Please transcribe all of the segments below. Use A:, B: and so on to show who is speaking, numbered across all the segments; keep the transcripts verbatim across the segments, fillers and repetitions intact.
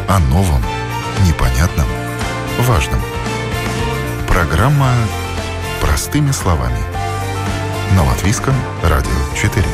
A: О новом, непонятном, важном. Программа «Простыми словами». На Латвийском радио четыре.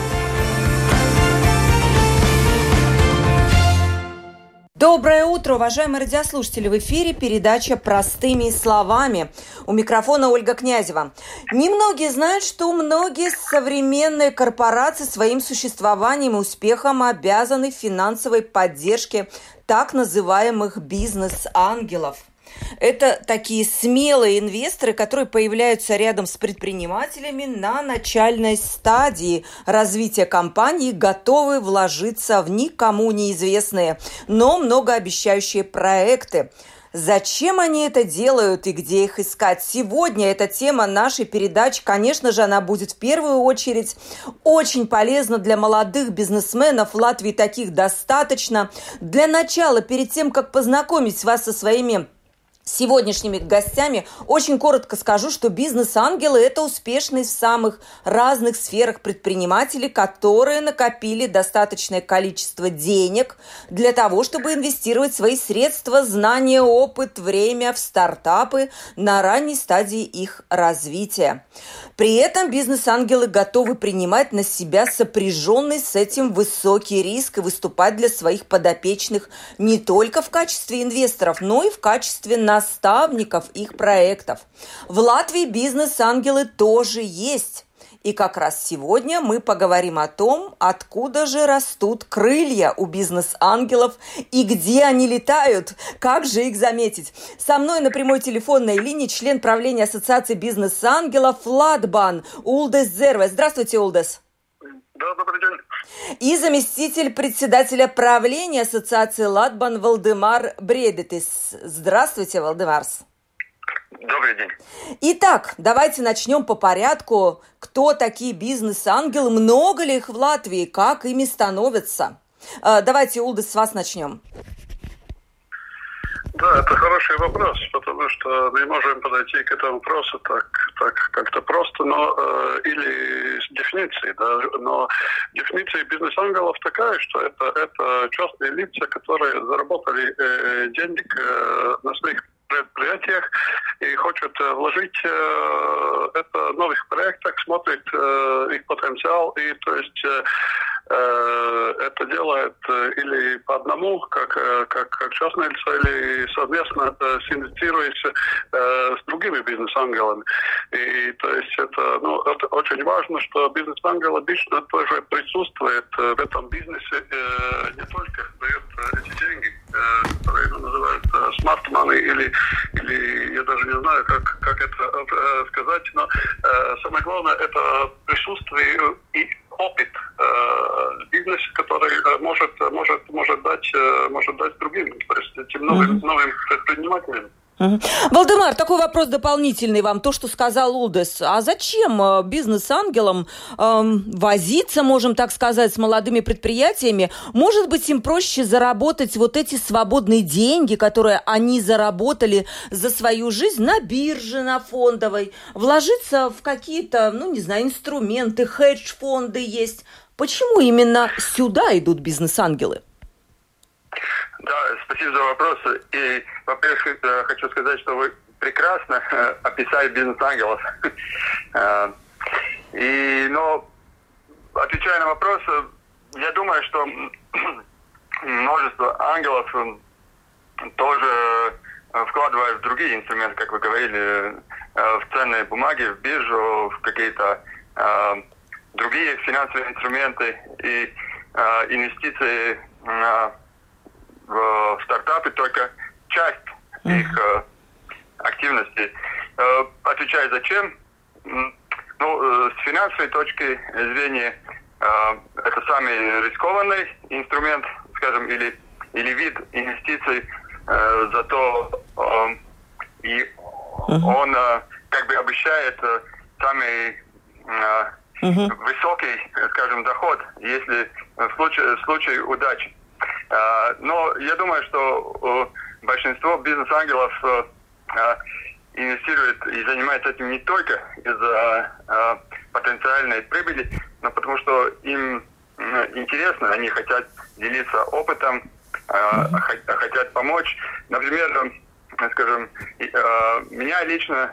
B: Доброе утро, уважаемые радиослушатели! В эфире передача «Простыми словами». У микрофона Ольга Князева. Немногие знают, что многие современные корпорации своим существованием и успехом обязаны финансовой поддержке так называемых бизнес-ангелов. Это такие смелые инвесторы, которые появляются рядом с предпринимателями на начальной стадии развития компании, готовы вложиться в никому неизвестные, но многообещающие проекты. Зачем они это делают и где их искать? Сегодня эта тема нашей передачи, конечно же, она будет в первую очередь очень полезна для молодых бизнесменов. В Латвии таких достаточно. Для начала, перед тем, как познакомить вас со своими сегодняшними гостями, очень коротко скажу, что бизнес-ангелы – это успешные в самых разных сферах предприниматели, которые накопили достаточное количество денег для того, чтобы инвестировать свои средства, знания, опыт, время в стартапы на ранней стадии их развития. При этом бизнес-ангелы готовы принимать на себя сопряженный с этим высокий риск и выступать для своих подопечных не только в качестве инвесторов, но и в качестве наставников их проектов. В Латвии бизнес-ангелы тоже есть. И как раз сегодня мы поговорим о том, откуда же растут крылья у бизнес-ангелов и где они летают, как же их заметить. Со мной на прямой телефонной линии член правления Ассоциации бизнес-ангелов Латбан Улдес Зервес. Здравствуйте, Улдес.
C: Да, добрый день.
B: И заместитель председателя правления Ассоциации Латбан Валдемар Бредетис. Здравствуйте, Валдемарс.
C: Добрый день.
B: Итак, давайте начнем по порядку. Кто такие бизнес-ангелы? Много ли их в Латвии? Как ими становятся? Давайте, Улдес, с вас начнем.
C: Да, это хороший вопрос, потому что мы можем подойти к этому вопросу так, так как-то просто, но э, или с дефиницией, да, но дефиниция бизнес-ангелов такая, что это, это частные лица, которые заработали э, денег э, на своих предприятиях и хочет вложить э, это в новых проектах, смотрит э, их потенциал, и то есть э, э, это делает э, или по одному, как, э, как, как частное лицо, или совместно э, синтезируясь э, с другими бизнес-ангелами. И то есть это, ну, это очень важно, что бизнес-ангел обычно тоже присутствует э, в этом бизнесе, э, не только дает э, эти деньги, э, которые ну, называют э, smart money или или я даже не знаю, как, как это э, сказать, но э, самое главное это присутствие и опыт э, в бизнесе, который э, может, может, может, дать, э, может дать другим, то есть этим новым, mm-hmm. новым предпринимателям.
B: Валдемар, такой вопрос дополнительный вам, то, что сказал Улдес. А зачем бизнес-ангелам эм, возиться, можем так сказать, с молодыми предприятиями? Может быть, им проще заработать вот эти свободные деньги, которые они заработали за свою жизнь на бирже, на фондовой, вложиться в какие-то, ну, не знаю, инструменты, хедж-фонды есть. Почему именно сюда идут бизнес-ангелы?
D: Да, спасибо за вопрос. И, во-первых, хочу сказать, что вы прекрасно описали бизнес-ангелов. И, но, отвечая на вопрос, я думаю, что множество ангелов тоже вкладывают в другие инструменты, как вы говорили, в ценные бумаги, в биржу, в какие-то другие финансовые инструменты и инвестиции в стартапы, только часть mm-hmm. их э, активности. Э, отвечаю, зачем? Ну, э, с финансовой точки зрения, э, это самый рискованный инструмент, скажем, или, или вид инвестиций, э, зато э, и mm-hmm. он э, как бы обещает э, самый э, mm-hmm. высокий, скажем, доход, если в случае, в случае удачи. Но я думаю, что большинство бизнес-ангелов инвестирует и занимается этим не только из-за потенциальной прибыли, но потому что им интересно, они хотят делиться опытом, хотят помочь. Например, скажем, меня лично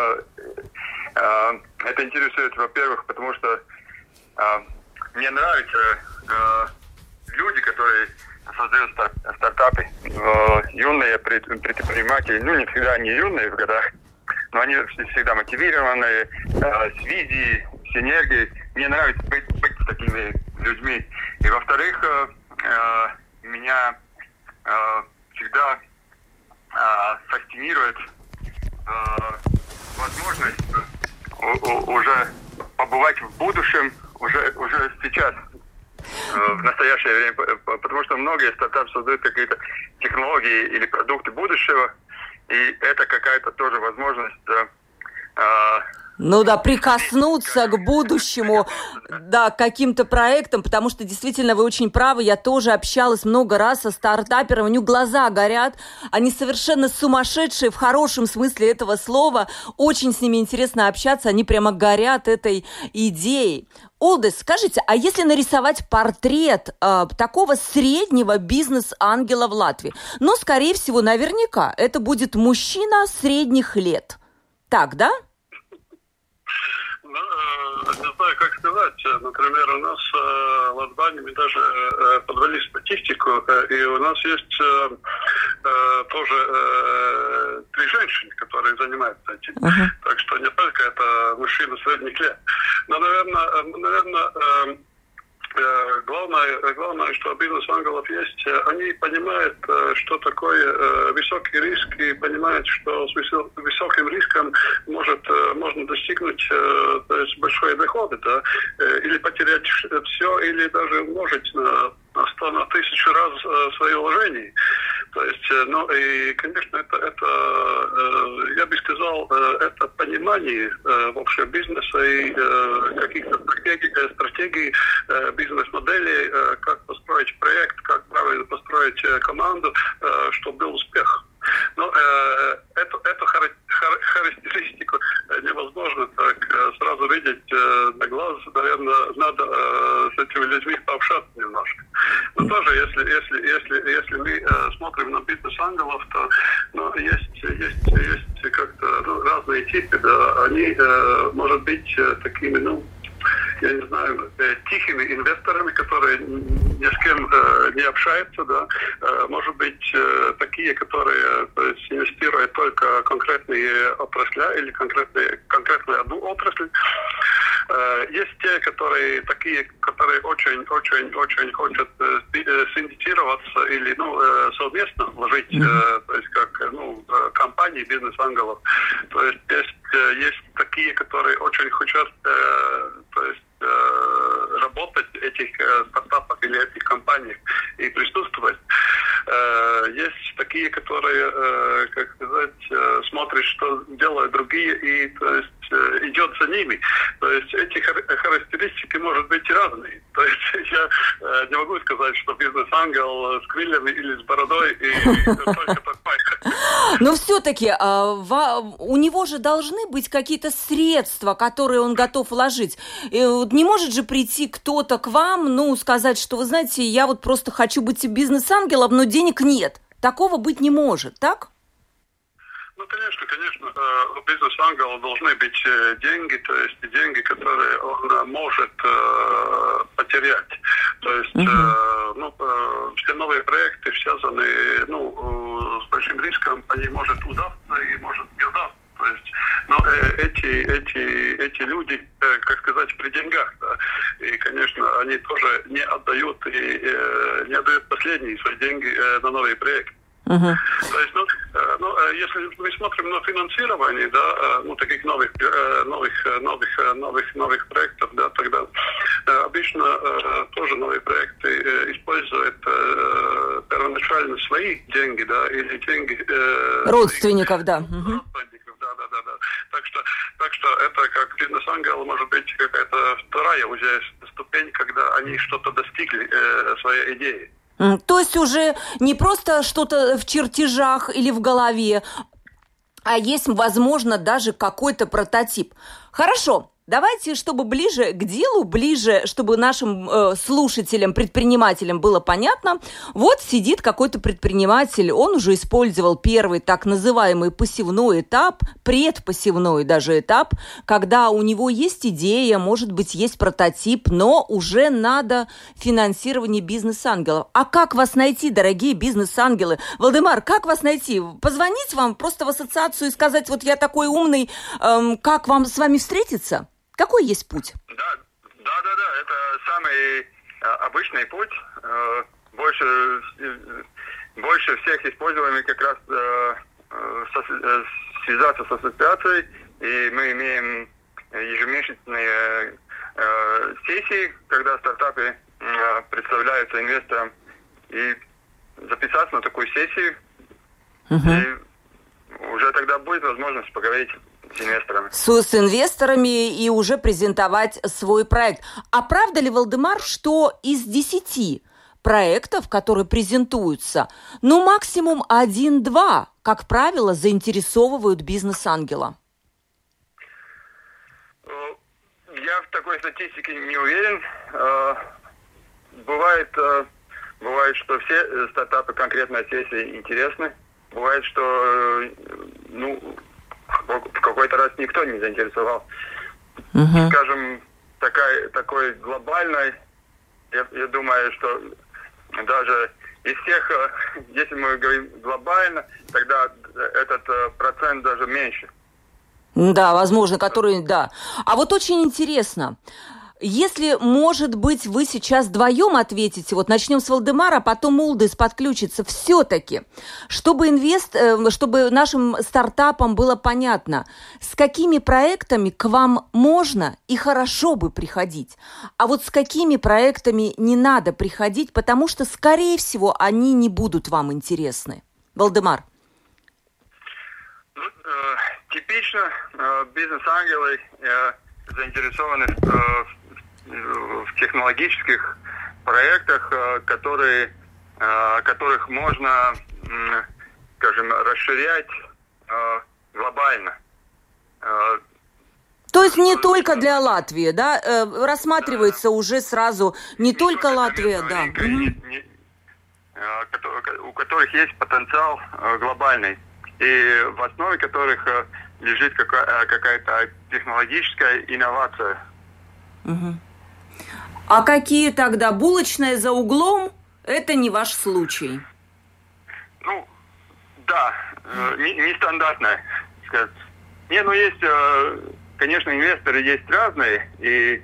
D: это интересует, во-первых, потому что мне нравятся люди, которые создают стартапы, юные предприниматели, ну не всегда они юные в годах, но они всегда мотивированные, с визией, с энергией. Мне нравится быть, быть с такими людьми. И во-вторых, меня всегда фасцинирует возможность уже побывать в будущем, уже, уже сейчас, в настоящее время, потому что многие стартапы создают какие-то технологии или продукты будущего, и это какая-то тоже возможность...
B: Ну да, прикоснуться к будущему, да, к каким-то проектам, потому что действительно вы очень правы, я тоже общалась много раз со стартаперами, у них глаза горят, они совершенно сумасшедшие в хорошем смысле этого слова, очень с ними интересно общаться, они прямо горят этой идеей. Олдес, скажите, а если нарисовать портрет э, такого среднего бизнес-ангела в Латвии? Ну, скорее всего, наверняка, это будет мужчина средних лет. Так, да?
C: Ну, не знаю, как сказать. Например, у нас в Латвии мы даже подвели статистику, и у нас есть тоже три женщины, которые занимаются этим. Uh-huh. Так что не только это мужчины средних лет. Но, наверное, наверное Главное, главное, что бизнес-ангелов есть, они понимают, что такое высокий риск, и понимают, что с высоким риском может, можно достигнуть, то есть, большой доходы, да, или потерять все, или даже умножить на сто, на тысячу раз свои вложения. То есть, ну и, конечно, это, это, я бы сказал, это понимание вообще бизнеса и каких-то стратегий, стратегий бизнес-моделей, как построить проект, как правильно построить команду, чтобы был успех. Но э, эту, эту хар- хар- характеристику невозможно так э, сразу видеть э, на глаз. Наверное, надо э, с этими людьми пообщаться немножко. Но тоже, если, если, если, если мы э, смотрим на бизнес-ангелов, то ну, есть, есть, есть как-то ну, разные типы. Да, они, э, может быть, такими, ну, я не знаю, тихими инвесторами, которые ни с кем э, не общаются, да, э, может быть, э, такие, которые то есть, инвестируют только конкретные отрасли или конкретные, конкретную одну отрасль. Э, есть те, которые такие, которые очень-очень-очень хотят э, синдицироваться или ну, э, совместно вложить, э, то есть как ну, компании бизнес-ангелов. То есть есть, есть такие, которые очень хотят э, то есть, э, работать в этих э, стартапах или этих компаниях и присутствовать. Э, есть такие, которые, э, как сказать, э, смотрят, что делают другие, и то есть э, идет за ними. То есть эти хар- характеристики могут быть разные. То есть я э, не могу сказать, что бизнес-ангел с крыльями или с бородой и только такой.
B: Но все-таки у него же должны быть какие-то средства, которые он готов вложить. Не может же прийти кто-то к вам, ну, сказать, что, вы знаете, я вот просто хочу быть бизнес-ангелом, но денег нет. Такого быть не может, так?
C: Ну, конечно, конечно, у бизнес-ангела должны быть деньги, то есть деньги, которые он может э, потерять. То есть, uh-huh. э, ну, э, все новые проекты связаны, ну, с большим риском, они может удастся и может не удастся. То есть, но э, эти, эти, эти люди, э, как сказать, при деньгах, да, и, конечно, они тоже не отдают, и, э, не отдают последние свои деньги э, на новые проекты. Uh-huh. То есть, ну, ну, если мы смотрим на финансирование, да, ну, таких новых, новых, новых, новых, новых проектов, да, тогда обычно тоже новые проекты используют первоначально свои деньги, да, или деньги
B: родственников, да.
C: Родственников, да, да, да, да. Так что, так что это как бизнес-ангел может быть какая-то вторая уже ступень, когда они что-то достигли своей идеи.
B: То есть уже не просто что-то в чертежах или в голове, а есть, возможно, даже какой-то прототип. Хорошо. Давайте, чтобы ближе к делу, ближе, чтобы нашим э, слушателям, предпринимателям было понятно. Вот сидит какой-то предприниматель, он уже использовал первый так называемый посевной этап, предпосевной даже этап, когда у него есть идея, может быть, есть прототип, но уже надо финансирование бизнес-ангелов. А как вас найти, дорогие бизнес-ангелы? Валдемар, как вас найти? Позвонить вам просто в ассоциацию и сказать, вот я такой умный, эм, как вам с вами встретиться? Какой есть путь?
D: Да, да, да, да. Это самый э, обычный путь. Э, больше, э, больше всех используемый как раз э, со, э, связаться с ассоциацией. И мы имеем ежемесячные э, сессии, когда стартапы э, представляются инвесторам. И записаться на такую сессию. Угу. И уже тогда будет возможность поговорить с инвесторами.
B: С, с инвесторами и уже презентовать свой проект. А правда ли, Валдемар, что из десяти проектов, которые презентуются, ну, максимум один-два, как правило, заинтересовывают бизнес-ангела?
D: Я в такой статистике не уверен. Бывает, бывает, что все стартапы конкретной сессии интересны. Бывает, что, ну, в какой-то раз никто не заинтересовал. Uh-huh. Скажем, такая, такой глобальной, я, я думаю, что даже из всех, если мы говорим глобально, тогда этот процент даже меньше.
B: Да, возможно, который, да. А вот очень интересно, если, может быть, вы сейчас вдвоем ответите, вот начнем с Валдемара, а потом Улдис подключится, все-таки, чтобы инвест, чтобы нашим стартапам было понятно, с какими проектами к вам можно и хорошо бы приходить, а вот с какими проектами не надо приходить, потому что, скорее всего, они не будут вам интересны. Валдемар.
D: Ну, э, типично э, бизнес-ангелы э, заинтересованы в э, в технологических проектах, которые, которых можно, скажем, расширять глобально.
B: То есть не только для Латвии, да? Рассматривается да. уже сразу не, не только, только Латвия, да.
D: Не, не, у которых есть потенциал глобальный. И в основе которых лежит какая-то технологическая инновация.
B: Угу. А какие тогда? Булочная за углом? Это не ваш случай.
D: Ну, да, э, не, нестандартная, сказать. Не, ну есть, э, конечно, инвесторы есть разные, и,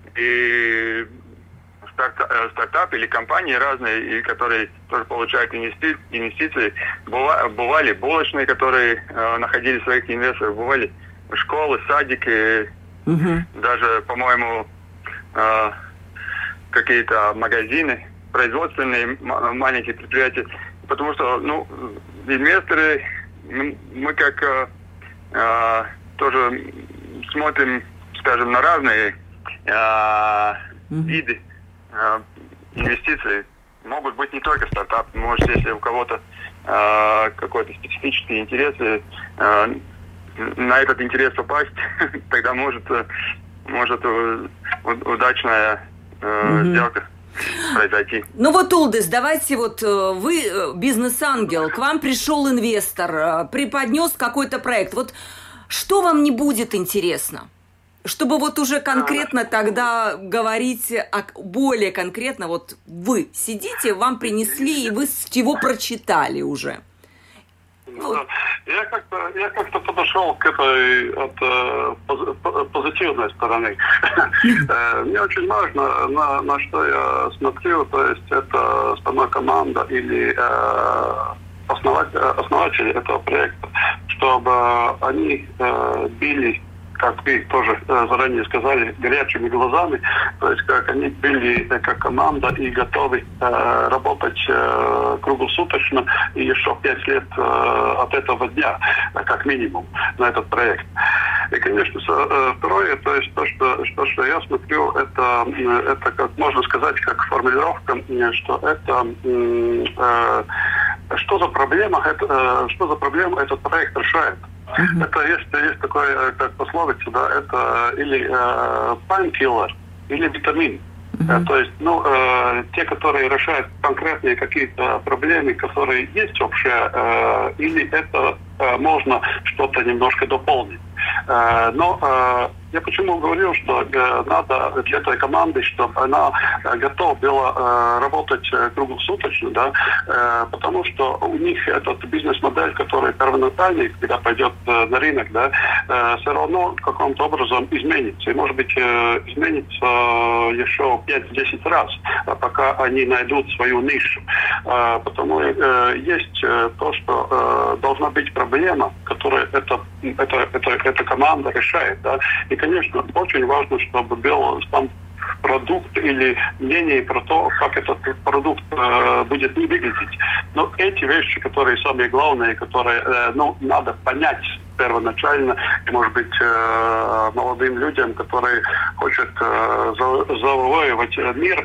D: и старта, э, стартапы или компании разные, и которые тоже получают инвести, инвестиции. Быва, бывали булочные, которые э, находили своих инвесторов, бывали школы, садики, угу. даже, по-моему, э, какие-то магазины, производственные маленькие предприятия, потому что, ну, инвесторы, мы, мы как э, э, тоже смотрим, скажем, на разные э, mm-hmm. виды э, инвестиций. Могут быть не только стартапы, может, если у кого-то э, какой-то специфический интерес, э, на этот интерес попасть, тогда может, может удачная Mm-hmm. сделка произойти.
B: Ну вот, Улдис, давайте вот вы бизнес-ангел, к вам пришел инвестор, преподнес какой-то проект. Вот что вам не будет интересно? Чтобы вот уже конкретно тогда говорить, более конкретно, вот вы сидите, вам принесли, и вы его прочитали уже.
C: Вот. Я как-то я как-то подошел к этой от позитивной стороны. Мне очень важно, на, на что я смотрю, то есть это сама команда или основатель, основатели этого проекта, чтобы они били, как вы тоже заранее сказали, горячими глазами, то есть как они были как команда и готовы э, работать э, круглосуточно и еще пять лет э, от этого дня, как минимум, на этот проект. И, конечно, э, второе, то есть то, что, что, что я смотрю, это, это, как можно сказать, как формулировка, что это э, что за проблема, это, что за проблему этот проект решает. Uh-huh. Это есть, есть такое, как пословица, да, это или э, painkiller, или витамин. Uh-huh. То есть, ну, э, те, которые решают конкретные какие-то проблемы, которые есть общие, э, или это э, можно что-то немножко дополнить. Э, но э, я почему говорил, что э, надо для этой команды, чтобы она э, готова была э, работать э, круглосуточно, да, э, потому что у них этот бизнес-модель, который первоначальный, когда пойдет э, на рынок, да, э, все равно каким-то образом изменится. И, может быть, э, изменится э, еще пять-десять раз, пока они найдут свою нишу. Э, потому э, есть э, то, что э, должна быть проблема, которую эта, эта, эта, эта команда решает, да. И, конечно, очень важно, чтобы был сам продукт или мнение про то, как этот продукт э, будет выглядеть. Но эти вещи, которые самые главные, которые э, ну, надо понять первоначально, и, может быть, э, молодым людям, которые хотят э, завоевывать мир,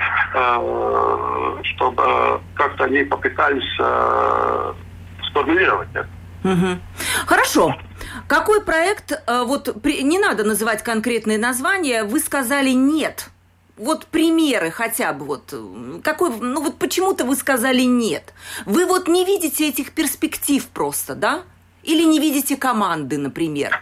C: э, чтобы как-то они попытались э, сформулировать это.
B: Угу. Хорошо. Какой проект, вот не надо называть конкретные названия, вы сказали нет? Вот примеры хотя бы, вот, какой, ну вот почему-то вы сказали нет. Вы вот не видите этих перспектив просто, да? Или не видите команды, например?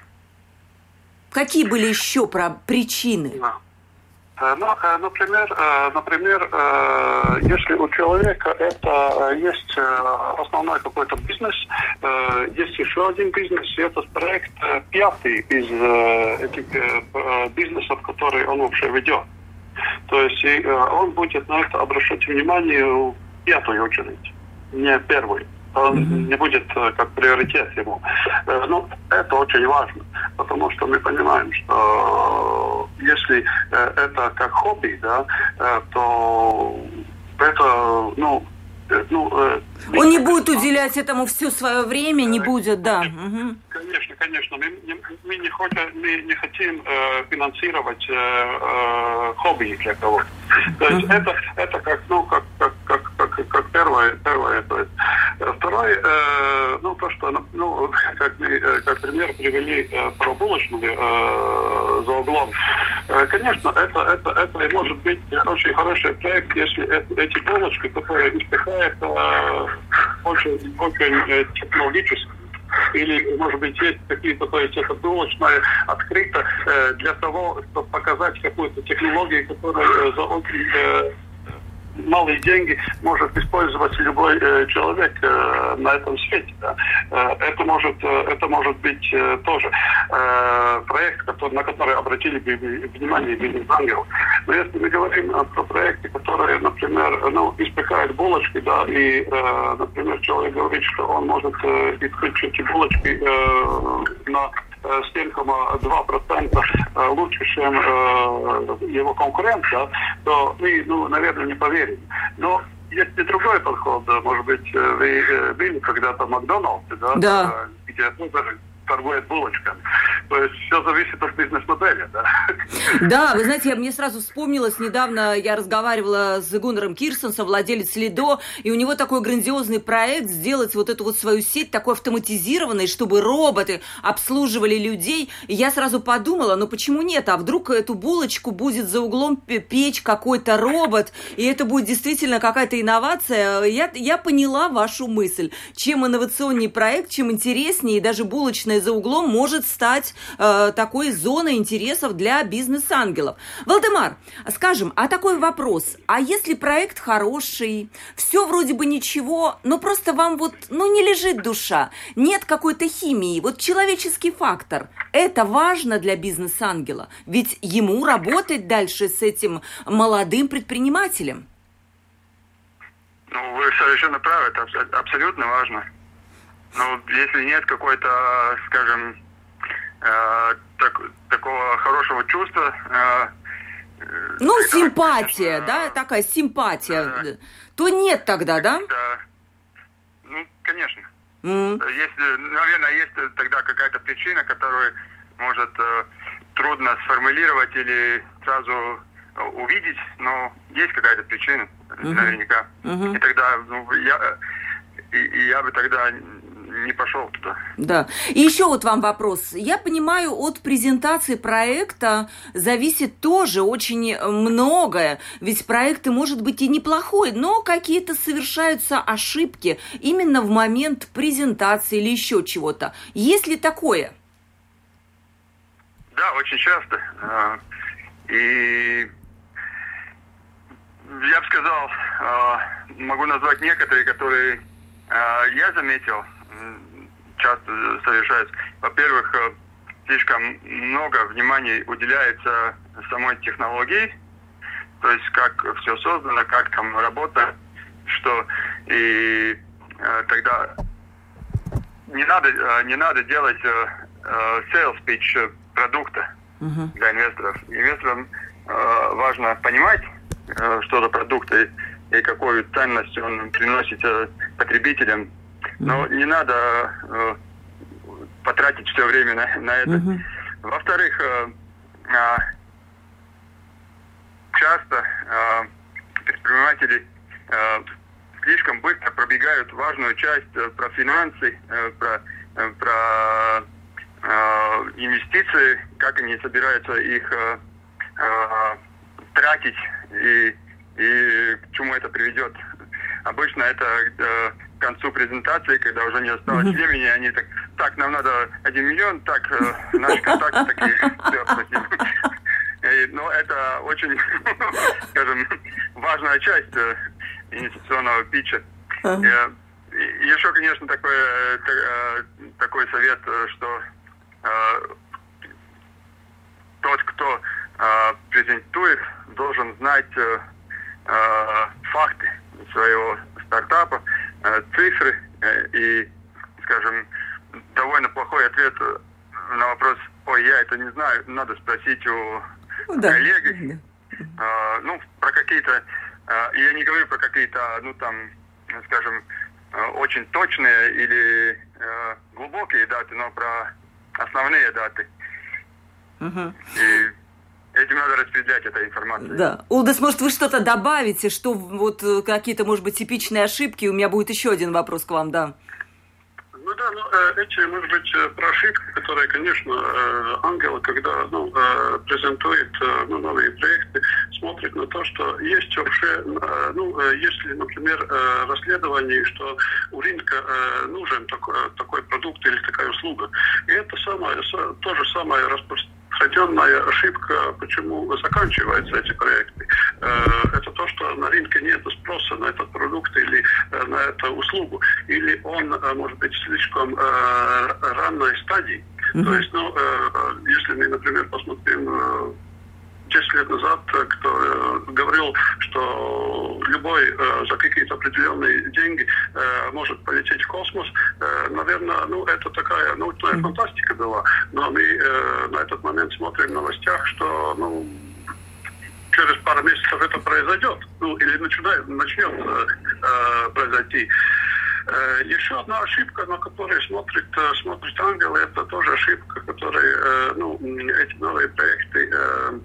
B: Какие были еще про причины?
C: Ну, например, например, если у человека это есть основной какой-то бизнес, есть еще один бизнес, и этот проект пятый из этих бизнесов, которые он вообще ведет. То есть он будет на это обращать внимание в пятую очередь, не первую. Он mm-hmm. не будет как приоритет ему. Но это очень важно, потому что мы понимаем, что если это как хобби, да, то это, ну, ну...
B: Он не будет уделять этому все свое время, не будет, да.
C: Угу. Конечно, конечно. Мы, мы, не, хотим, мы не хотим э, финансировать э, э, хобби для кого-то. То есть uh-huh. это, это как, ну, как, как, как, как, как первое, первое. То есть. Второе, э, ну, то, что, ну, как, мы, как пример привели э, про булочную э, за углом. Э, конечно, это, это, это может быть очень хороший проект, если это, эти булочки, которые испекают э, очень, очень технологически. Или, может быть, есть какие-то, то есть это булочное открыто э, для того, чтобы показать какую-то технологию, которая э, за очень э, малые деньги может использовать любой э, человек э, на этом свете. Да. Э, это, может, э, это может быть э, тоже э, проект, который, на который обратили внимание бизнес-ангелы. Но если мы говорим э, про проекты, которые, например, ну, испекают булочки, да, и, э, например, человек говорит, что он может э, испечь эти булочки э, на семь целых два десятых процента лучше, чем э, его конкурент, да, то мы, ну, наверное, не поверим. Но есть и другой подход. Может быть, вы были когда-то в Макдональдсе, да,
B: да.
C: где торгует булочками. То есть все зависит от бизнес-модели, да?
B: Да, вы знаете, я, мне сразу вспомнилось, недавно я разговаривала с Гуннером Кирсенсом, владелец Лидо, и у него такой грандиозный проект сделать вот эту вот свою сеть такой автоматизированной, чтобы роботы обслуживали людей. И я сразу подумала, ну почему нет? А вдруг эту булочку будет за углом печь какой-то робот, и это будет действительно какая-то инновация. Я, я поняла вашу мысль. Чем инновационнее проект, чем интереснее, и даже булочная за углом может стать э, такой зоной интересов для бизнес-ангелов. Валдемар, скажем, а такой вопрос. А если проект хороший, все вроде бы ничего, но просто вам вот, ну, не лежит душа, нет какой-то химии, вот человеческий фактор, это важно для бизнес-ангела, ведь ему работать дальше с этим молодым предпринимателем.
D: Ну, вы совершенно правы, это абсолютно важно. Ну, если нет какой-то, скажем, э, так, такого хорошего чувства... Э,
B: ну, симпатия, э, да, такая симпатия, э, то нет тогда, да?
D: Да. Ну, конечно.
B: Mm.
D: Если, наверное, есть тогда какая-то причина, которую может э, трудно сформулировать или сразу увидеть, но есть какая-то причина, mm-hmm. наверняка. Mm-hmm. И тогда, ну, я, и, и я бы тогда не пошел туда.
B: Да. И еще вот вам вопрос. Я понимаю, от презентации проекта зависит тоже очень многое. Ведь проект может быть и неплохой, но какие-то совершаются ошибки именно в момент презентации или еще чего-то. Есть ли такое?
D: Да, очень часто. И я бы сказал, могу назвать некоторые, которые я заметил, часто совершаются. Во-первых, слишком много внимания уделяется самой технологии, то есть как все создано, как там работа, что и тогда не надо, не надо делать sales pitch продукта uh-huh. для инвесторов. Инвесторам э, важно понимать, э, что за продукт и, и какую ценность он приносит э, потребителям. Uh-huh. Но не надо э, потратить все время на, на это. Uh-huh. Во-вторых, э, э, часто э, предприниматели э, слишком быстро пробегают важную часть э, про финансы, э, про, э, про инвестиции, как они собираются их э, э, тратить и, и к чему это приведет. Обычно это э, к концу презентации, когда уже не осталось mm-hmm. времени, они так, так, нам надо один миллион, так, э, наши контакты такие, все, спасибо. И, но это очень, скажем, важная часть э, инвестиционного питча. Uh-huh. И, еще, конечно, такой, э, такой совет, что тот, кто э, презентует, должен знать э, э, факты своего стартапа, э, цифры э, и, скажем, довольно плохой ответ на вопрос: ой, я это не знаю, надо спросить у да. коллеги. Э, ну, про какие-то, э, я не говорю про какие-то, ну, там, скажем, э, очень точные или э, глубокие даты, но про основные даты. Угу. И этим надо распределять эту информацию.
B: Да. Улдас, может, вы что-то добавите, что вот какие-то, может быть, типичные ошибки? У меня будет еще один вопрос к вам, да.
C: Ну да, ну эти, может быть, про ошибки, которые, конечно, ангел, когда ну, презентует ну, новые проекты, смотрит на то, что есть уже, ну, если, например, расследование, что у рынка нужен такой, такой продукт или такая услуга. И это самое, то же самое распространенная ошибка, почему заканчиваются эти проекты. Это то, что на рынке нет спроса на этот продукт или на эту услугу. Или он, может быть, слишком ранной стадии. Mm-hmm. То есть, ну, если мы, например, посмотрим десять лет назад, кто говорил, что любой за какие-то определенные деньги может полететь в космос, наверное, ну, это такая научная фантастика была. Но мы на этот момент смотрим в новостях, что, ну, через пару месяцев это произойдет, ну, или начинает, начнет э, произойти. Э, еще одна ошибка, на которую смотрит, смотрит ангел, это тоже ошибка, которую э, ну, эти новые проекты э,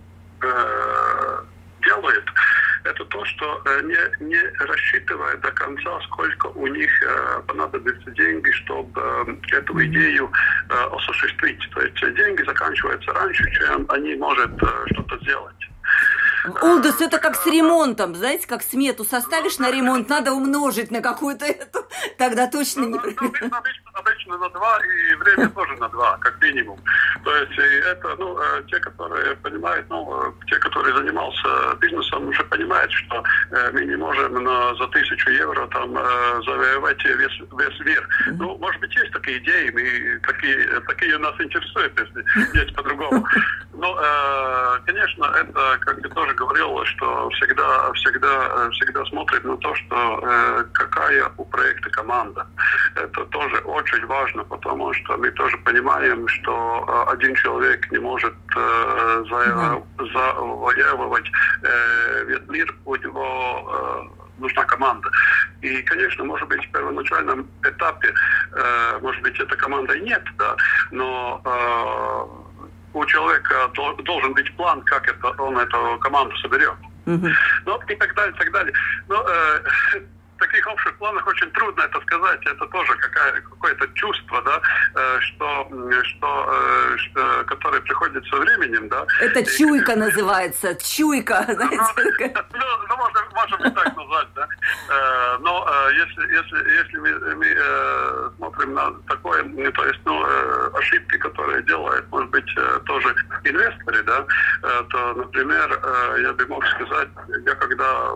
C: э, делают. Это то, что э, не, не рассчитывает до конца, сколько у них э, понадобится деньги, чтобы э, эту идею э, осуществить. То есть деньги заканчиваются раньше, чем они могут э, что-то сделать.
B: Улдас, это как с ремонтом, знаете, как смету составишь на ремонт, надо умножить на какую-то эту, тогда точно не...
C: Ну, обычно, обычно, обычно на два, и время тоже на два, как минимум. То есть это, ну, те, которые понимают, ну, те, которые занимался бизнесом, уже понимают, что мы не можем на, за тысячу евро там завоевать весь, весь мир. Mm-hmm. Ну, может быть, есть такие идеи, мы, такие, такие нас интересуют, если есть по-другому. Но, конечно, это, как ты тоже говорил, что всегда, всегда, всегда смотрит на то, что э, какая у проекта команда. Это тоже очень важно, потому что мы тоже понимаем, что э, один человек не может э, заво- завоевывать э, весь мир, у него э, нужна команда. И, конечно, может быть, в первоначальном этапе, э, может быть, этой команды и нет, да, но э, у человека должен быть план, как это, он эту команду соберет. Uh-huh. Ну, и так далее, так далее. Но э, таких общих планах очень трудно это сказать. Это тоже какая, какое-то чувство, да, что, что, что, которое приходит со временем, да.
B: Это чуйка и, называется, чуйка, знаете.
C: Ну, ну можно, можно и так назвать, да. Но если, если, если мы, мы смотрим на такое, то есть, ну, ошибки, которые делают, может быть, тоже инвесторы, да, то, например, я бы мог сказать, я когда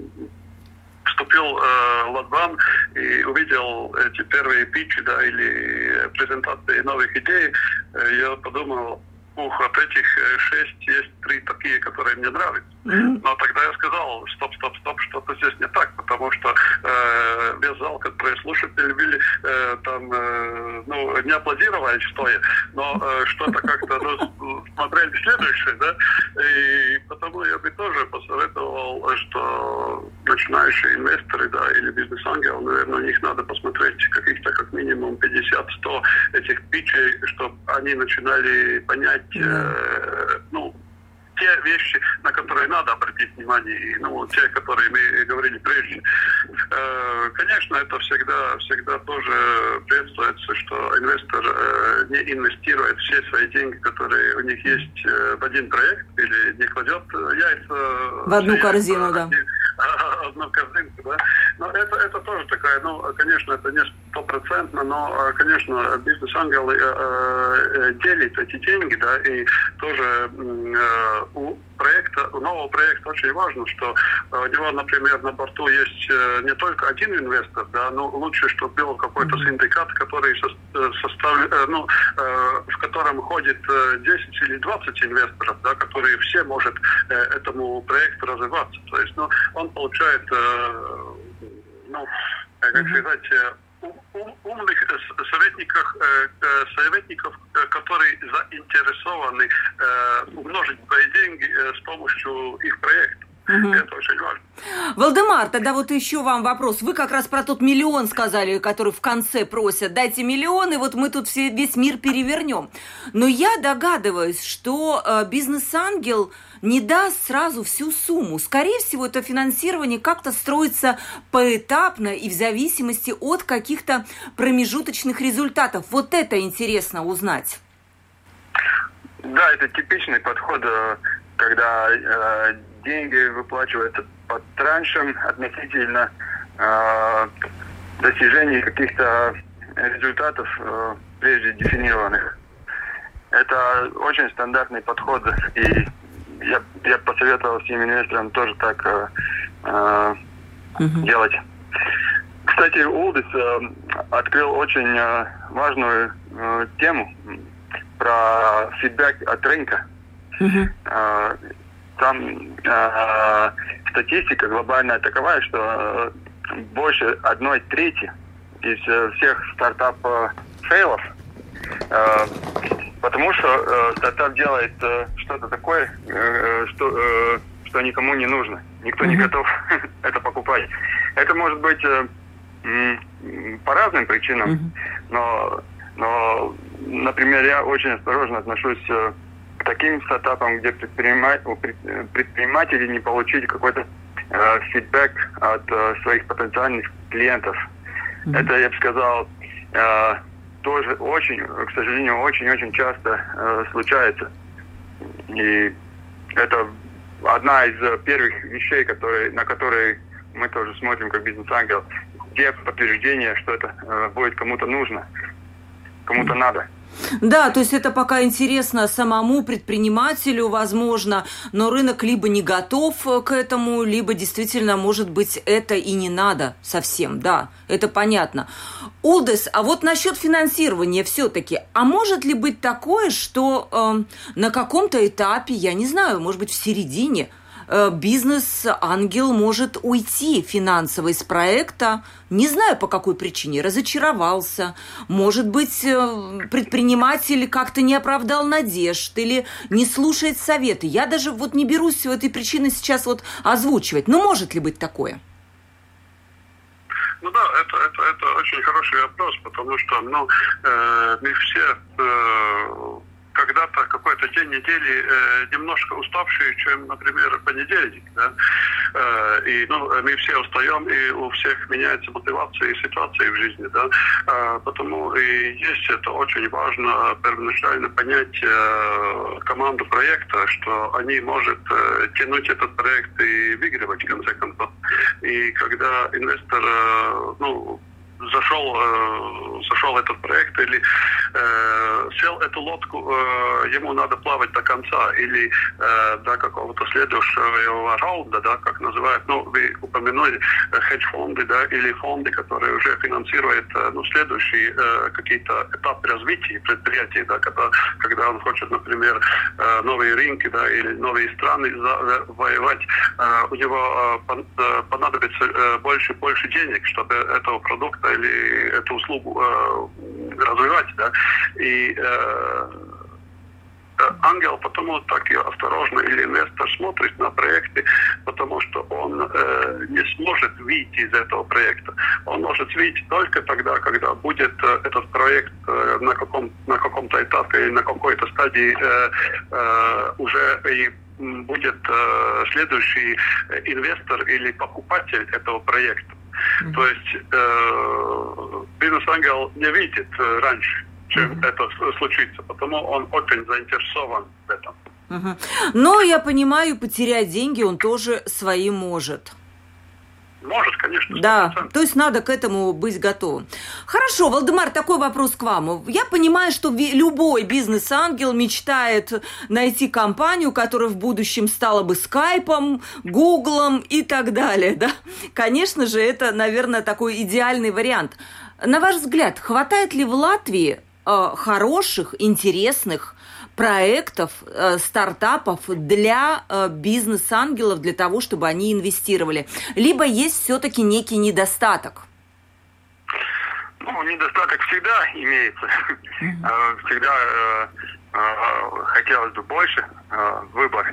C: вступил э, в Ладван и увидел эти первые питчи, да, или презентации новых идей, э, я подумал, ух, от этих шесть есть три такие, которые мне нравятся. Mm-hmm. Но тогда я сказал, стоп, стоп, стоп, что-то здесь не так, потому что э, весь зал, который слушатели были, э, там, э, ну, не аплодировали стоя, но э, что-то как-то, ну, смотрели следующее, да, и потому я бы тоже посоветовал, что начинающие инвесторы, да, или бизнес-ангелы, наверное, у них надо посмотреть каких-то как минимум пятьдесят-сто этих питчей, чтобы они начинали понять, э, ну, те вещи, на которые надо обратить внимание, и, ну, те, которые мы говорили прежде. Э, конечно, это всегда, всегда тоже приветствуется, что инвестор э, не инвестирует все свои деньги, которые у них есть, э, в один проект, или не кладет яйца
B: в одну
C: яйца,
B: корзину, да.
C: Одну корзинку, да. Но это, это тоже такая, ну, конечно, это не стопроцентно, но, конечно, бизнес-ангелы э, э, делят эти деньги, да, и тоже э, у проекта, у нового проекта очень важно, что у него, например, на борту есть не только один инвестор, да, но лучше, чтобы был какой-то синдикат, который состав, ну, в котором ходит десять или двадцать инвесторов, да, которые все могут этому проекту развиваться. То есть, ну, он получает, ну, как сказать, умных советников, советников, которые заинтересованы умножить свои деньги с помощью их проекта. Угу. Это очень важно.
B: Валдемар, тогда вот еще вам вопрос. Вы как раз про тот миллион сказали, который в конце просят. Дайте миллион, и вот мы тут все, весь мир перевернем. Но я догадываюсь, что э, бизнес-ангел не даст сразу всю сумму. Скорее всего, это финансирование как-то строится поэтапно и в зависимости от каких-то промежуточных результатов. Вот это интересно узнать.
D: Да, это типичный подход, когда э, деньги выплачиваются по траншам относительно э, достижения каких-то результатов, э, прежде дефинированных. Это очень стандартный подход, и я, я посоветовал всем инвесторам тоже так э, э, uh-huh. делать. Кстати, Улдис э, открыл очень э, важную э, тему про фидбэк от рынка. Uh-huh. Э, там э, статистика глобальная таковая, что больше одной трети из э, всех стартап-фейлов, э, потому что э, стартап делает э, что-то такое, э, что, э, что никому не нужно. Никто mm-hmm. не готов это покупать. Это может быть э, м, по разным причинам, mm-hmm. но, но, например, я очень осторожно отношусь э, к таким стартапам, где предприниматели не получили какой-то э, фидбэк от э, своих потенциальных клиентов. Mm-hmm. Это, я бы сказал, э, тоже очень, к сожалению, очень-очень часто э, случается. И это одна из первых вещей, которые, на которые мы тоже смотрим как бизнес-ангел. Где подтверждение, что это э, будет кому-то нужно, кому-то mm-hmm. надо.
B: Да, то есть это пока интересно самому предпринимателю, возможно, но рынок либо не готов к этому, либо действительно, может быть, это и не надо совсем, да, это понятно. Улдис, а вот насчет финансирования все-таки, а может ли быть такое, что э, на каком-то этапе, я не знаю, может быть, в середине, бизнес-ангел может уйти финансово из проекта, не знаю по какой причине, разочаровался, может быть, предприниматель как-то не оправдал надежд или не слушает советы. Я даже вот не берусь этой причины сейчас вот озвучивать. Но может ли быть такое?
C: Ну да, это, это, это очень хороший вопрос, потому что ну, э, мы все... Э, когда-то какой-то день недели э, немножко уставший, чем, например, понедельник, да, э, и, ну, мы все устаем, и у всех меняется мотивация и ситуация в жизни, да, э, потому и есть это очень важно первоначально понять э, команду проекта, что они могут э, тянуть этот проект и выигрывать в конце концов. И когда инвестор, э, ну, зашел, э, зашел в этот проект или э, сел эту лодку, э, ему надо плавать до конца или э, до какого-то следующего раунда, да, как называют, ну, вы упомянули э, хедж-фонды, да, или фонды, которые уже финансируют, э, ну, следующие э, какие-то этапы развития предприятий, да, когда, когда он хочет, например, э, новые рынки, да, или новые страны завоевать, э, у него э, понадобится э, больше и больше денег, чтобы этого продукта или эту услугу э, развивать, да, и э, ангел потому так и осторожно, или инвестор смотрит на проекты, потому что он э, не сможет выйти из этого проекта. Он может выйти только тогда, когда будет э, этот проект э, на, каком, на каком-то этапе или на какой-то стадии э, э, уже и будет э, следующий инвестор или покупатель этого проекта. Mm-hmm. То есть э, бизнес-ангел не видит э, раньше, чем mm-hmm. это случится, потому он очень заинтересован в этом.
B: Mm-hmm. Но, я понимаю, потерять деньги он тоже свои может.
C: Может, конечно.
B: Да, то есть надо к этому быть готовым. Хорошо, Валдемар, такой вопрос к вам. Я понимаю, что любой бизнес-ангел мечтает найти компанию, которая в будущем стала бы Скайпом, Гуглом и так далее, да? Конечно же, это, наверное, такой идеальный вариант. На ваш взгляд, хватает ли в Латвии э, хороших, интересных проектов, э, стартапов для э, бизнес-ангелов, для того, чтобы они инвестировали? Либо есть все-таки некий недостаток?
D: Ну, недостаток всегда имеется. Mm-hmm. Всегда э, э, хотелось бы больше э, выбора.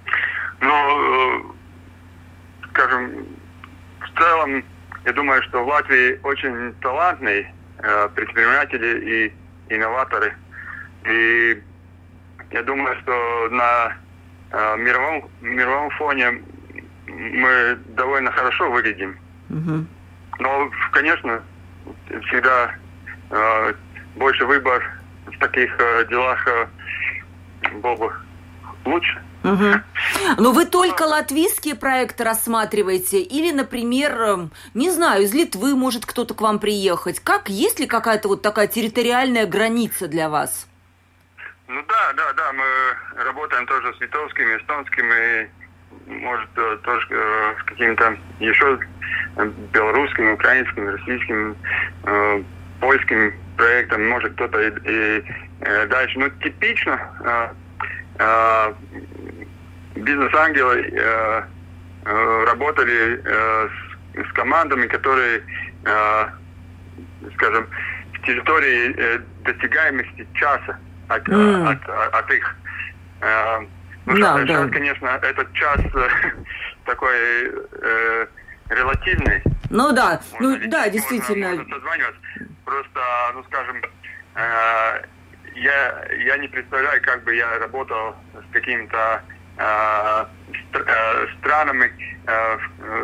D: Но, э, скажем, в целом, я думаю, что в Латвии очень талантливые э, предприниматели и инноваторы. И я думаю, что на э, мировом, мировом фоне мы довольно хорошо выглядим. Mm-hmm. Но, конечно, всегда э, больше выбор в таких э, делах э, был бы лучше.
B: Угу. Но вы только латвийские проекты рассматриваете? Или, например, не знаю, из Литвы может кто-то к вам приехать? Как, есть ли какая-то вот такая территориальная граница для вас?
D: Ну да, да, да, мы работаем тоже с литовскими, эстонскими, может, тоже э, с какими-то еще белорусскими, украинскими, российскими, э, польскими проектами, может, кто-то и, и э, дальше. Но типично э, э, бизнес-ангелы э, э, работали э, с, с командами, которые, э, скажем, в территории э, достигаемости часа. От, mm. от, от, от их. Э, ну, no, сейчас, да. конечно, этот час э, такой э, релативный.
B: Ну да,
D: можно
B: ну
D: лететь,
B: да, действительно.
D: Можно, можно созваниваться. Просто, ну скажем, э, я, я не представляю, как бы я работал с какими-то э, стр- э, странами, э,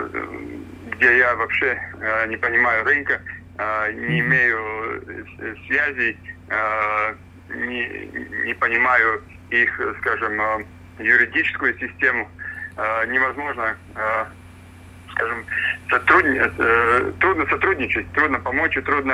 D: где я вообще э, не понимаю рынка, э, не имею связей, э, Не, не понимаю их, скажем, юридическую систему, невозможно, скажем, сотрудни... трудно сотрудничать, трудно помочь и трудно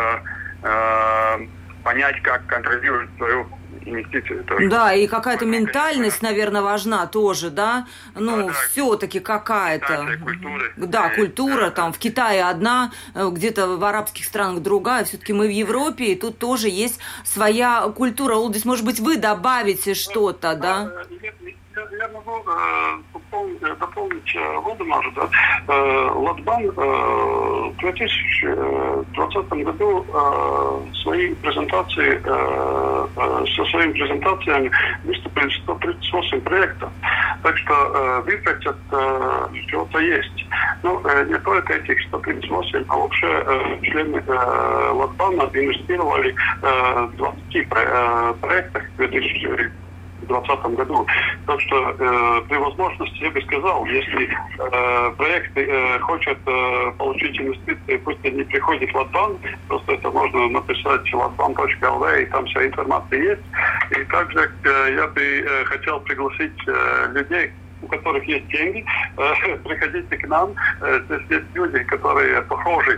D: понять, как контролировать свою инвестицию. Тоже.
B: Да, и какая-то ментальность, наверное, важна тоже, да? Ну, да, да, все-таки какая-то.
D: Культуры.
B: Да, культура, да, там в Китае одна, где-то в арабских странах другая. Все-таки мы в Европе, и тут тоже есть своя культура. Улдис, может быть, вы добавите что-то, да?
C: Я, я могу э, дополнить, дополнить э, Валдемара, да. Э, Латбан э, в две тысячи двадцатом году э, свои презентации, э, э, со своими презентациями выступили сто тридцать восемь проектов. Так что выбрать это что-то есть. Ну, не только этих сто тридцать восемь, а вообще члены Латбана инвестировали в двадцати проектах в две тысячи двадцатом году. Так что э, при возможности, я бы сказал, если э, проекты э, хотят э, получить инвестиции, пусть они приходят в Латбан, просто это можно написать латбан точка эл ви, и там вся информация есть. И также э, я бы э, хотел пригласить э, людей, у которых есть деньги, э, приходите к нам. Э, здесь есть люди, которые похожи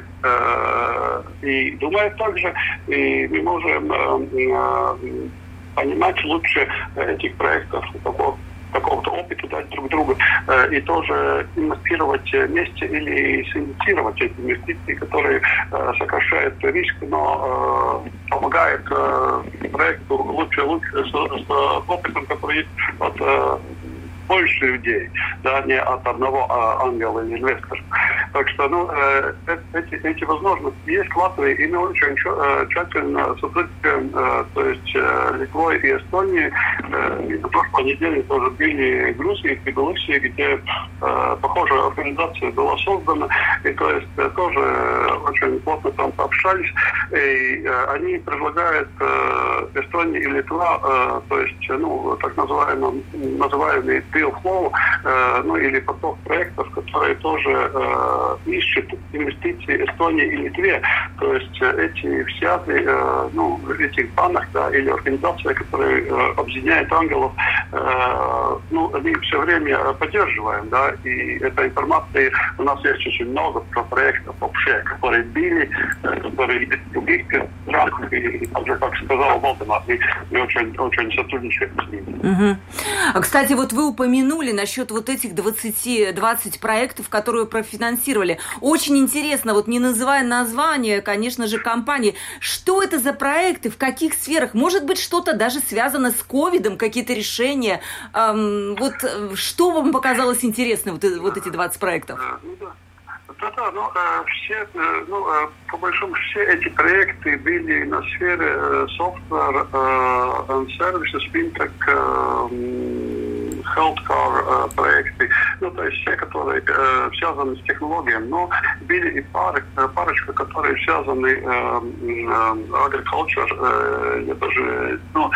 C: э, и думают так же, и мы можем э, э, понимать лучше этих проектов, такого, такого-то опыта дать друг другу, э, и тоже инвестировать вместе или синициировать эти инвестиции, которые э, сокращают риск, но э, помогают э, проекту лучше лучше с, с опытом, который есть от э, больше людей, да, не от одного а, ангела или инвестора. Так что, ну, э, эти, эти возможности есть в Латвии, и мы очень э, тщательно сотрудничаем, э, то есть э, Литвой и Эстонией. Э, и на прошлой неделе тоже были в Грузии, в Белоруссии, где э, похожая организация была создана, и то есть э, тоже очень плотно там пообщались, и э, они предлагают э, Эстония и Литва, э, то есть, ну, так называемый, называемый deal flow, э, ну, или поток проектов, которые тоже э, ищут инвестиции Эстонии и Литве. То есть э, эти все, э, ну, этих банок, да, или организации, которые э, объединяют ангелов, э, ну, они все время поддерживаем, да, и этой информации у нас есть очень много про проектов вообще, которые были, э, которые в других странах, и также, как сказал Валдемар, мы, мы очень, очень сотрудничаем с ними.
B: Угу. А, кстати, вот вы упомянули насчет вот этих двадцати, двадцати проектов, которые профинансировали. Очень интересно, вот не называя название, конечно же, компании, что это за проекты, в каких сферах? Может быть, что-то даже связано с ковидом, какие-то решения? Эм, вот что вам показалось интересным, вот, вот эти двадцать проектов?
C: Да-да, ну, все, ну, по большому счету, все эти проекты были на сфере software and services, fintech, healthcare проекты, ну, то есть все, которые связаны с технологиями, но были и пары, парочка, которые связаны agriculture, я даже, ну,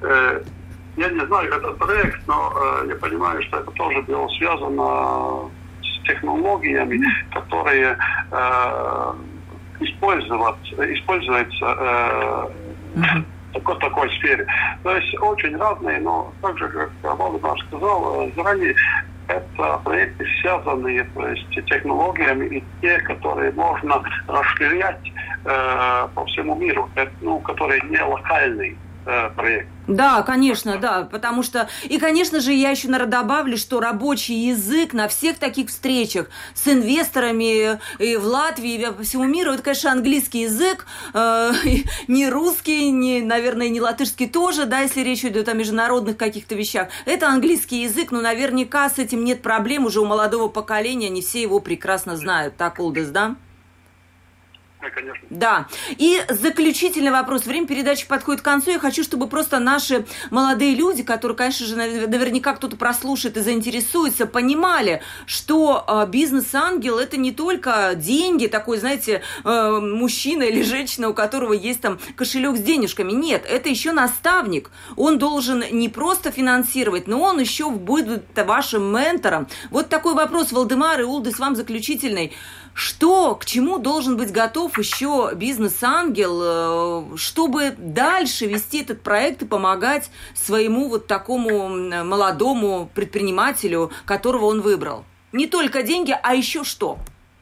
C: я не знаю этот проект, но я понимаю, что это тоже было связано с технологиями, которые э, используются, используются э, mm-hmm. в такой, такой сфере. То есть очень разные, но так же, как Валдемар сказал заранее, это проекты связанные, то есть технологиями и те, которые можно расширять э, по всему миру, это, ну, которые не локальные э, проекты.
B: Да, конечно, да, потому что... И, конечно же, я еще, наверное, добавлю, что рабочий язык на всех таких встречах с инвесторами и в Латвии, и по всему миру, это, конечно, английский язык, э, не русский, не, наверное, не латышский тоже, да, если речь идет о международных каких-то вещах. Это английский язык, но наверняка с этим нет проблем уже у молодого поколения, они все его прекрасно знают. Так, Улдис, да?
C: Конечно.
B: Да. И заключительный вопрос. Время передачи подходит к концу. Я хочу, чтобы просто наши молодые люди, которые, конечно же, наверняка кто-то прослушает и заинтересуется, понимали, что бизнес-ангел – это не только деньги, такой, знаете, мужчина или женщина, у которого есть там кошелек с денежками. Нет, это еще наставник. Он должен не просто финансировать, но он еще будет вашим ментором. Вот такой вопрос, Валдемар и Улдис, вам заключительный. Что, к чему должен быть готов еще бизнес-ангел, чтобы дальше вести этот проект и помогать своему вот такому молодому предпринимателю, которого он выбрал? Не только деньги, а еще что?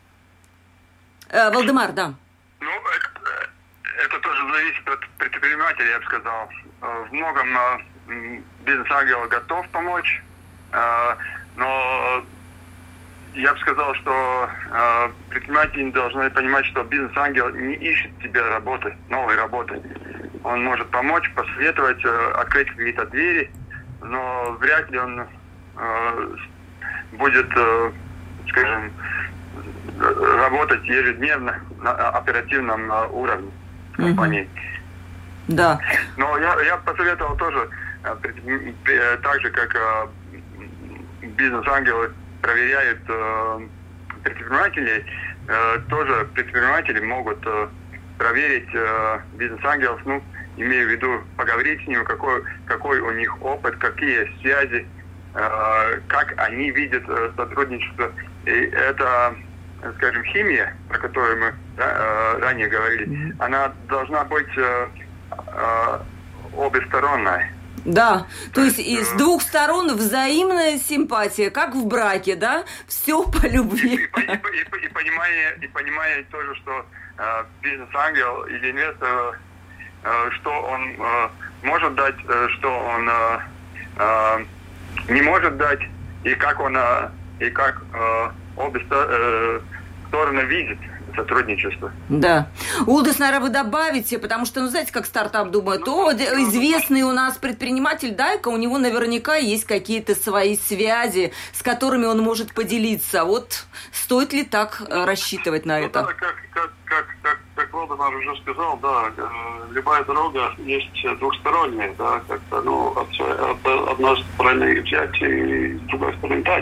B: Валдемар, да.
D: Ну, это, это тоже зависит от предпринимателя, я бы сказал. В многом бизнес-ангел готов помочь, но... Я бы сказал, что э, предприниматели должны понимать, что бизнес-ангел не ищет тебе работы, новой работы. Он может помочь, посоветовать, э, открыть какие-то двери, но вряд ли он э, будет, э, скажем, работать ежедневно на оперативном э, уровне в компании.
B: Mm-hmm. Да.
D: Но я, я посоветовал тоже, э, э, так же, как... Э, бизнес-ангелы проверяют э, предпринимателей, э, тоже предприниматели могут э, проверить э, бизнес-ангелов, ну, имею в виду, поговорить с ним, какой, какой у них опыт, какие связи, э, как они видят э, сотрудничество. И это, скажем, химия, про которую мы да, э, ранее говорили, она должна быть э, э, обесторонной.
B: Да, то есть и с двух сторон взаимная симпатия, как в браке, да? Все по любви.
D: И, и, и, и, и, понимание, и понимание тоже, что э, бизнес-ангел или инвестор, э, что он э, может дать, э, что он э, э, не может дать, и как он, э, и как э, обе э, стороны видят сотрудничество.
B: Да. Улдис, наверное, вы добавите, потому что, ну, знаете, как стартап думает, о, известный у нас предприниматель Дайка, у него наверняка есть какие-то свои связи, с которыми он может поделиться. Вот стоит ли так рассчитывать на
C: ну,
B: это?
C: Да, как, как, как, как, как Владимир уже сказал, да, любая дорога есть двухсторонняя, да, как-то, ну, от, от одной стороны взять и с другой стороны дать.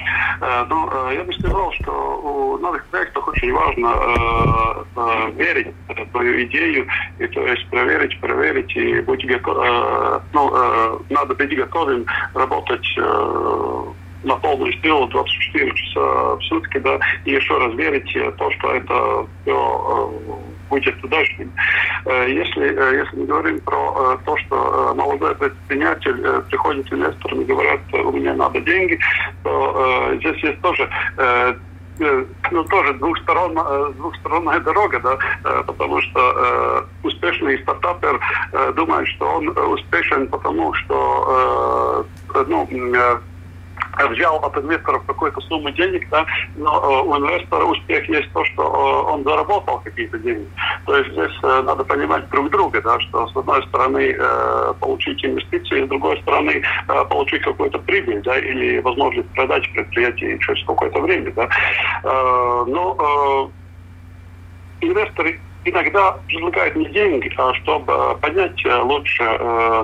C: Ну, я бы сказал, что у новых проектов очень важно э, э, верить в твою идею, и то есть проверить, проверить, и быть готов, э, ну, э, надо быть готовым работать э, на полную силу двадцать четыре часа в сутки, да, и еще раз верить то, что это все э, будет удачным. Э, если, э, если мы говорим про э, то, что э, молодой предприниматель э, приходит инвесторам и говорят, у меня надо деньги, то э, здесь есть тоже э, ну, тоже двухсторон, двухсторонная дорога, да, потому что э, успешный стартапер э, думает, что он успешен, потому что э, ну, э, взял от инвесторов какую-то сумму денег, да, но э, у инвестора успех есть то, что э, он заработал какие-то деньги. То есть здесь э, надо понимать друг друга, да, что с одной стороны э, получить инвестиции, с другой стороны э, получить какую-то прибыль, да, или возможность продать предприятие через какое-то время, да. Э, но э, инвесторы иногда предлагают не деньги, а чтобы поднять лучше э,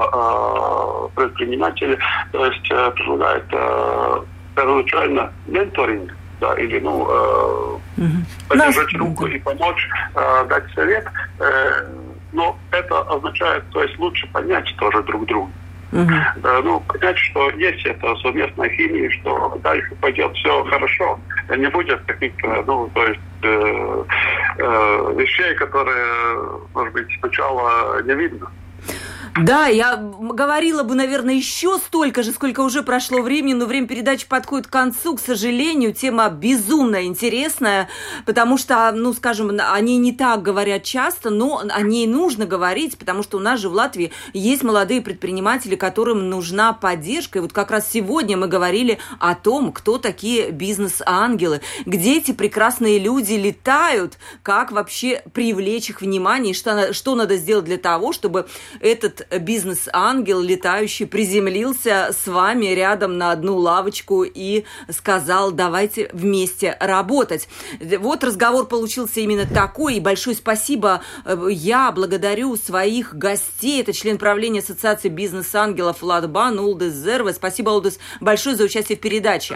C: нового э, предпринимателя, то есть э, предлагают э, первоначально менторинг, да, или ну э, mm-hmm. подержать руку и помочь, э, дать совет, э, но это означает, то есть лучше понять тоже друг друга. Uh-huh. Да, ну, понять, что есть эта совместная химия, что дальше пойдет все хорошо, не будет каких-то, ну, то есть э, э, вещей, которые, может быть, сначала не видно.
B: Да, я говорила бы, наверное, еще столько же, сколько уже прошло времени, но время передачи подходит к концу. К сожалению, тема безумно интересная, потому что, ну, скажем, о ней не так говорят часто, но о ней нужно говорить, потому что у нас же в Латвии есть молодые предприниматели, которым нужна поддержка. И вот как раз сегодня мы говорили о том, кто такие бизнес-ангелы, где эти прекрасные люди летают, как вообще привлечь их внимание, и что, что надо сделать для того, чтобы этот бизнес-ангел летающий приземлился с вами рядом на одну лавочку и сказал, давайте вместе работать. Вот разговор получился именно такой, и большое спасибо. Я благодарю своих гостей. Это член правления Ассоциации бизнес-ангелов Латбан Улдис Зерве. Спасибо, Улдис, большое за участие в передаче.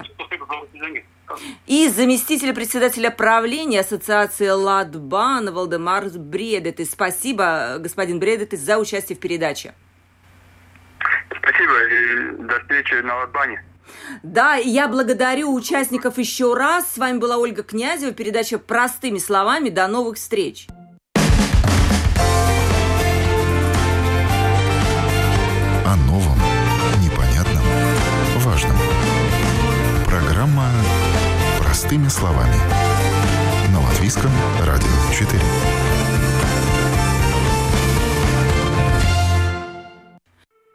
B: И заместитель председателя правления Ассоциации Латбан Валдемар Бредетис. Спасибо, господин Бредетис, за участие в передаче.
D: Спасибо и до встречи на Латбане.
B: Да, и я благодарю участников еще раз. С вами была Ольга Князева. Передача «Простыми словами». До новых встреч.
A: О новом, непонятном, важном. Программа «Простыми словами» на Латвийском радио четыре.